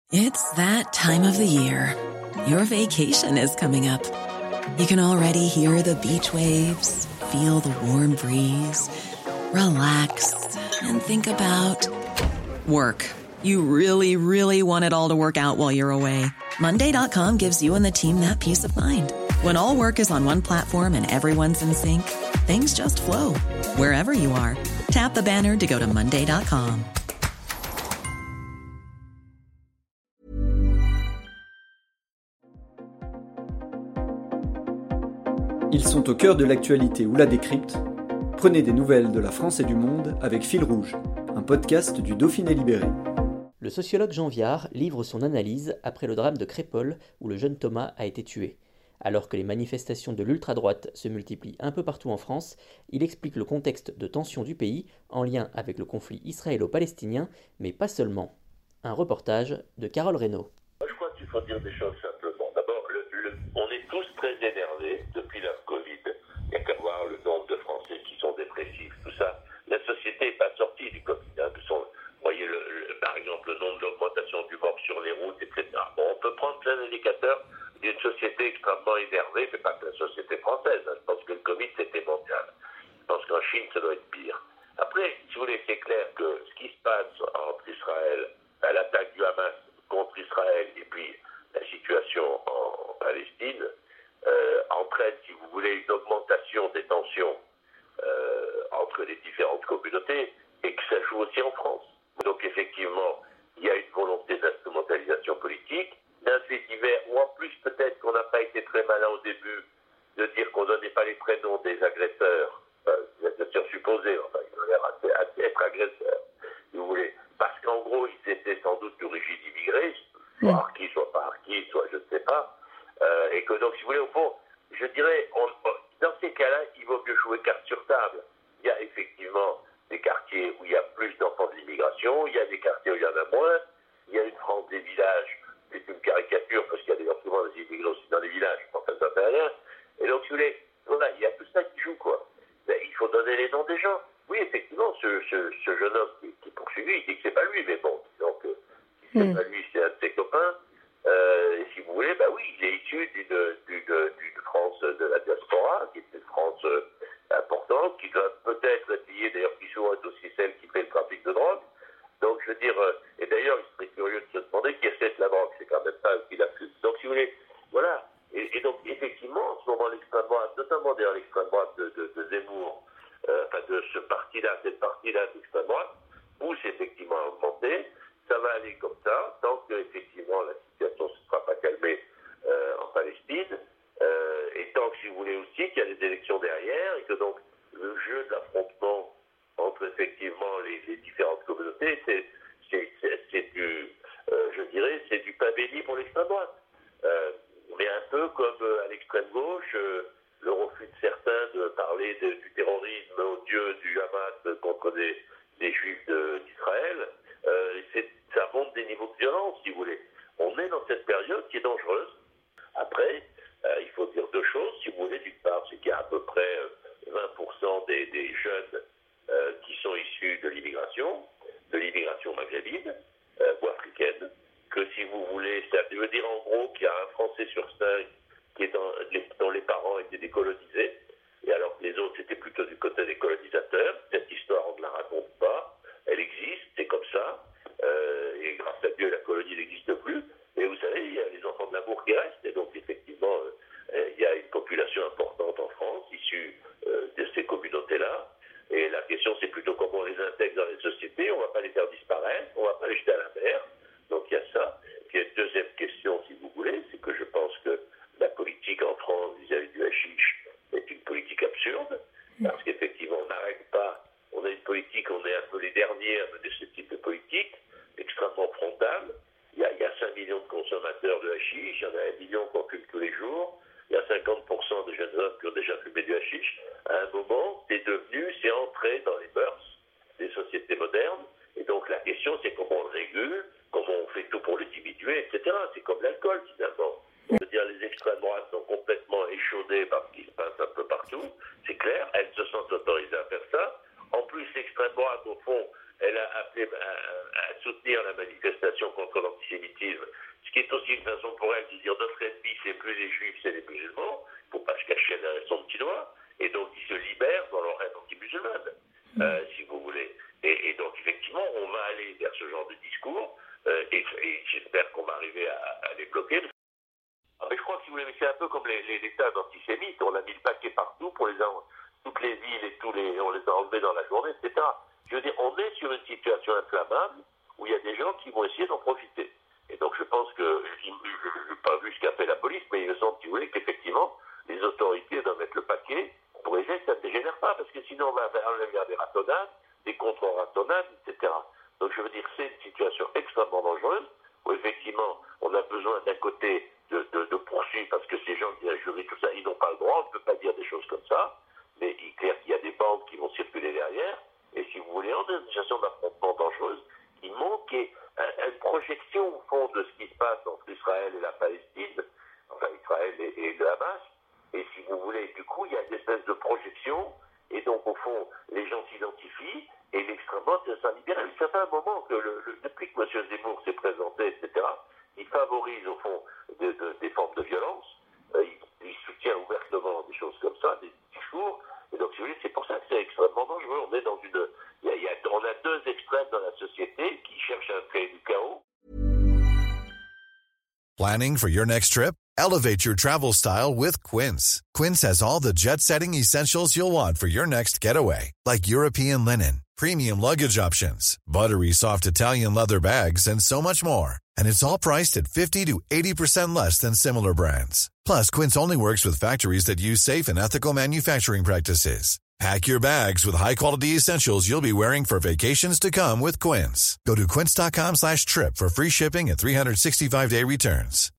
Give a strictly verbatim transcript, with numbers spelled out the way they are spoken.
It's that time of the year. Your vacation is coming up. You can already hear the beach waves, feel the warm breeze, relax, and think about work. You really, really want it all to work out while you're away. Monday dot com gives you and the team that peace of mind. When all work is on one platform and everyone's in sync, things just flow. Wherever you are, tap the banner to go to Monday dot com. Ils sont au cœur de l'actualité ou la décrypte. Prenez des nouvelles de la France et du monde avec Fil Rouge, un podcast du Dauphiné Libéré. Le sociologue Jean Viard livre son analyse après le drame de Crépol où le jeune Thomas a été tué. Alors que les manifestations de l'ultra-droite se multiplient un peu partout en France, il explique le contexte de tension du pays en lien avec le conflit israélo-palestinien, mais pas seulement. Un reportage de Carole Reynaud. Je crois qu'il faut dire des choses simplement. D'abord, le, le, on est tous très énervés depuis la Covid. Il n'y a qu'à voir le nombre de Français qui sont dépressifs, tout ça. La société n'est pas sortie du Covid. Hein. Vous voyez, le, le, par exemple, le nombre d'augmentation du mort sur les routes, et cetera. Bon, on peut prendre plein d'indicateurs d'une société extrêmement énervée, mais pas que la société française. Hein. Je pense que le Covid, c'était mondial. Je pense qu'en Chine, ça doit être pire. Après, si vous voulez, c'est clair que ce qui se passe entre Israël, à l'attaque du Hamas contre Israël, et puis la situation en Palestine, euh, entraîne, si vous voulez, une augmentation des tensions euh, entre les différentes communautés, et que ça joue aussi en France. Donc effectivement, il y a une volonté d'instrumentalisation politique, d'un fait divers, ou en plus peut-être qu'on n'a pas été très malin au début de dire qu'on ne donnait pas les prénoms des agresseurs, enfin, des agresseurs supposés, enfin ils ont l'air assez, assez être agresseurs, si vous voulez, parce qu'en gros ils étaient sans doute d'origine immigrée, soit harkis, soit pas harkis, soit je ne sais pas, euh, et que donc si vous voulez au fond, je dirais, on, dans ces cas-là, il vaut mieux jouer carte sur table. Il y a effectivement des quartiers où il y a plus d'enfants de l'immigration, il y a des quartiers où il y en a moins, il y a une France des villages, c'est une caricature parce qu'il y a d'ailleurs souvent des immigrés aussi dans les villages, enfin ça ne fait rien. Et donc si vous voulez, voilà, il y a tout ça qui joue quoi. Ben, il faut donner les noms des gens. Oui, effectivement, ce, ce, ce jeune homme qui, qui est poursuivi, il dit que c'est pas lui, mais bon, donc euh, si c'est mm. pas lui, c'est un de ses copains. Euh, et si vous voulez, ben oui, il est issu d'une, d'une, d'une France de la diaspora, qui est une France euh, importante, qui doit peut-être être liée, d'ailleurs, qui souvent est aussi celle qui fait le trafic de drogue. Donc, je veux dire, euh, et d'ailleurs, il serait curieux de se demander qui achète la drogue, c'est quand même pas eux qui la fument. Donc, si vous voulez, voilà. Et, et donc, effectivement, en ce moment, l'extrême droite, notamment d'ailleurs l'extrême droite de, de, de Zemmour, euh, enfin de ce parti-là, cette partie-là d'extrême droite, pousse effectivement à augmenter. Ça va aller comme ça, tant que effectivement la situation ne se sera pas calmée euh, en Palestine, euh, et tant que, si vous voulez aussi, qu'il y a des élections derrière, et que donc le jeu de l'affrontement entre effectivement les, les différentes communautés, c'est, c'est, c'est, c'est du, euh, je dirais, c'est du pain béni pour l'extrême droite. Euh, mais un peu comme euh, à l'extrême gauche, euh, le refus de certains de parler de, du terrorisme odieux du Hamas contre des, des juifs de, d'Israël, euh, c'est, ça monte des niveaux de violence, si vous voulez. On est dans cette période qui est dangereuse. Après, euh, il faut dire deux choses, si vous voulez. D'une part, c'est qu'il y a à peu près euh, vingt pour cent des, des jeunes euh, qui sont issus de l'immigration, de l'immigration maghrébine euh, ou africaine, que si vous voulez, ça veut dire en gros qu'il y a un Français sur cinq qui est dans, les, dont les parents étaient décolonisés, et alors que les autres c'était plutôt du côté des colonisateurs. Cette histoire, on ne la raconte pas, elle existe, c'est comme ça, euh, et grâce à Dieu, la colonie n'existe plus. Et vous savez, il y a les enfants de l'amour qui restent, et donc effectivement, euh, il y a une population importante en France, issue euh, de ces communautés-là, et la question c'est plutôt comment on les intègre dans les sociétés. On ne va pas les faire disparaître, on ne va pas les jeter à la mer, donc il y a ça. Puis il y a une deuxième question, si vous voulez, c'est que je pense que la politique en France vis-à-vis du hashish est une politique absurde, parce qu'effectivement on n'arrête pas, on a une politique, on est un peu les derniers à mener ce type de politique, extrêmement frontale. Il y, a, il y a cinq millions de consommateurs de hashish, il y en a un million qui en fument tous les jours, il y a cinquante pour cent de jeunes hommes qui ont déjà fumé du hashish. À un moment, c'est devenu, c'est entré dans les mœurs des sociétés modernes, et donc la question c'est comment on le régule, comment on fait tout pour le diminuer, et cetera. C'est comme l'alcool finalement. On veut dire les extrêmes droites sont complètement échaudées par ce qui se passe un peu partout, c'est clair, elles se sentent autorisées à faire ça. En plus, l'extrême droite, au fond, elle a appelé à, à soutenir la manifestation contre l'antisémitisme c'est aussi une façon pour elle de dire notre ennemi, c'est plus les juifs, c'est les musulmans. Il ne faut pas se cacher derrière son petit doigt. Et donc, ils se libèrent dans leur haine anti-musulmane, mmh. euh, si vous voulez. Et, et donc, effectivement, on va aller vers ce genre de discours. Euh, et, et j'espère qu'on va arriver à, à les bloquer. Ah, mais je crois que si vous voulez, c'est un peu comme les, les, les tas d'antisémites. On a mis le paquet partout pour les toutes les villes et tous les, on les a enlevés dans la journée, et cetera. Je veux dire, on est sur une situation inflammable où il y a des gens qui vont essayer d'en profiter. Et donc, je pense que, je n'ai pas vu ce qu'a fait la police, mais il me semble, si vous voulez, qu'effectivement, les autorités doivent mettre le paquet pour essayer que ça ne dégénère pas, parce que sinon, on va avoir des ratonnades, des contre-ratonnades, et cetera. Donc, je veux dire, c'est une situation extrêmement dangereuse, où effectivement, on a besoin d'un côté de, de, de poursuivre, parce que ces gens qui ont juré tout ça, ils n'ont pas le droit, on ne peut pas dire des choses comme ça, mais il est clair qu'il y a des bandes qui vont circuler derrière, et si vous voulez, on est dans une situation d'affrontement dangereuse, il manque une projection, au fond, de ce qui se passe entre Israël et la Palestine, enfin, Israël et, et le Hamas, et si vous voulez, du coup, il y a une espèce de projection, et donc, au fond, les gens s'identifient, et l'extrême droite s'en libère. Ça fait un moment que, le, le, depuis que M. Zemmour s'est présenté, et cetera, il favorise, au fond, de, de, des formes de violence, euh, il, il soutient ouvertement des choses comme ça, des discours, et donc, si vous voulez, c'est pour ça que c'est extrêmement dangereux. On est dans une... Il y a, il y a, on a deux extrêmes dans la société qui cherchent à créer du chaos. Planning for your next trip? Elevate your travel style with Quince. Quince has all the jet-setting essentials you'll want for your next getaway, like European linen, premium luggage options, buttery soft Italian leather bags, and so much more. And it's all priced at fifty to eighty percent less than similar brands. Plus, Quince only works with factories that use safe and ethical manufacturing practices. Pack your bags with high-quality essentials you'll be wearing for vacations to come with Quince. Go to quince.com slash trip for free shipping and three sixty-five day returns.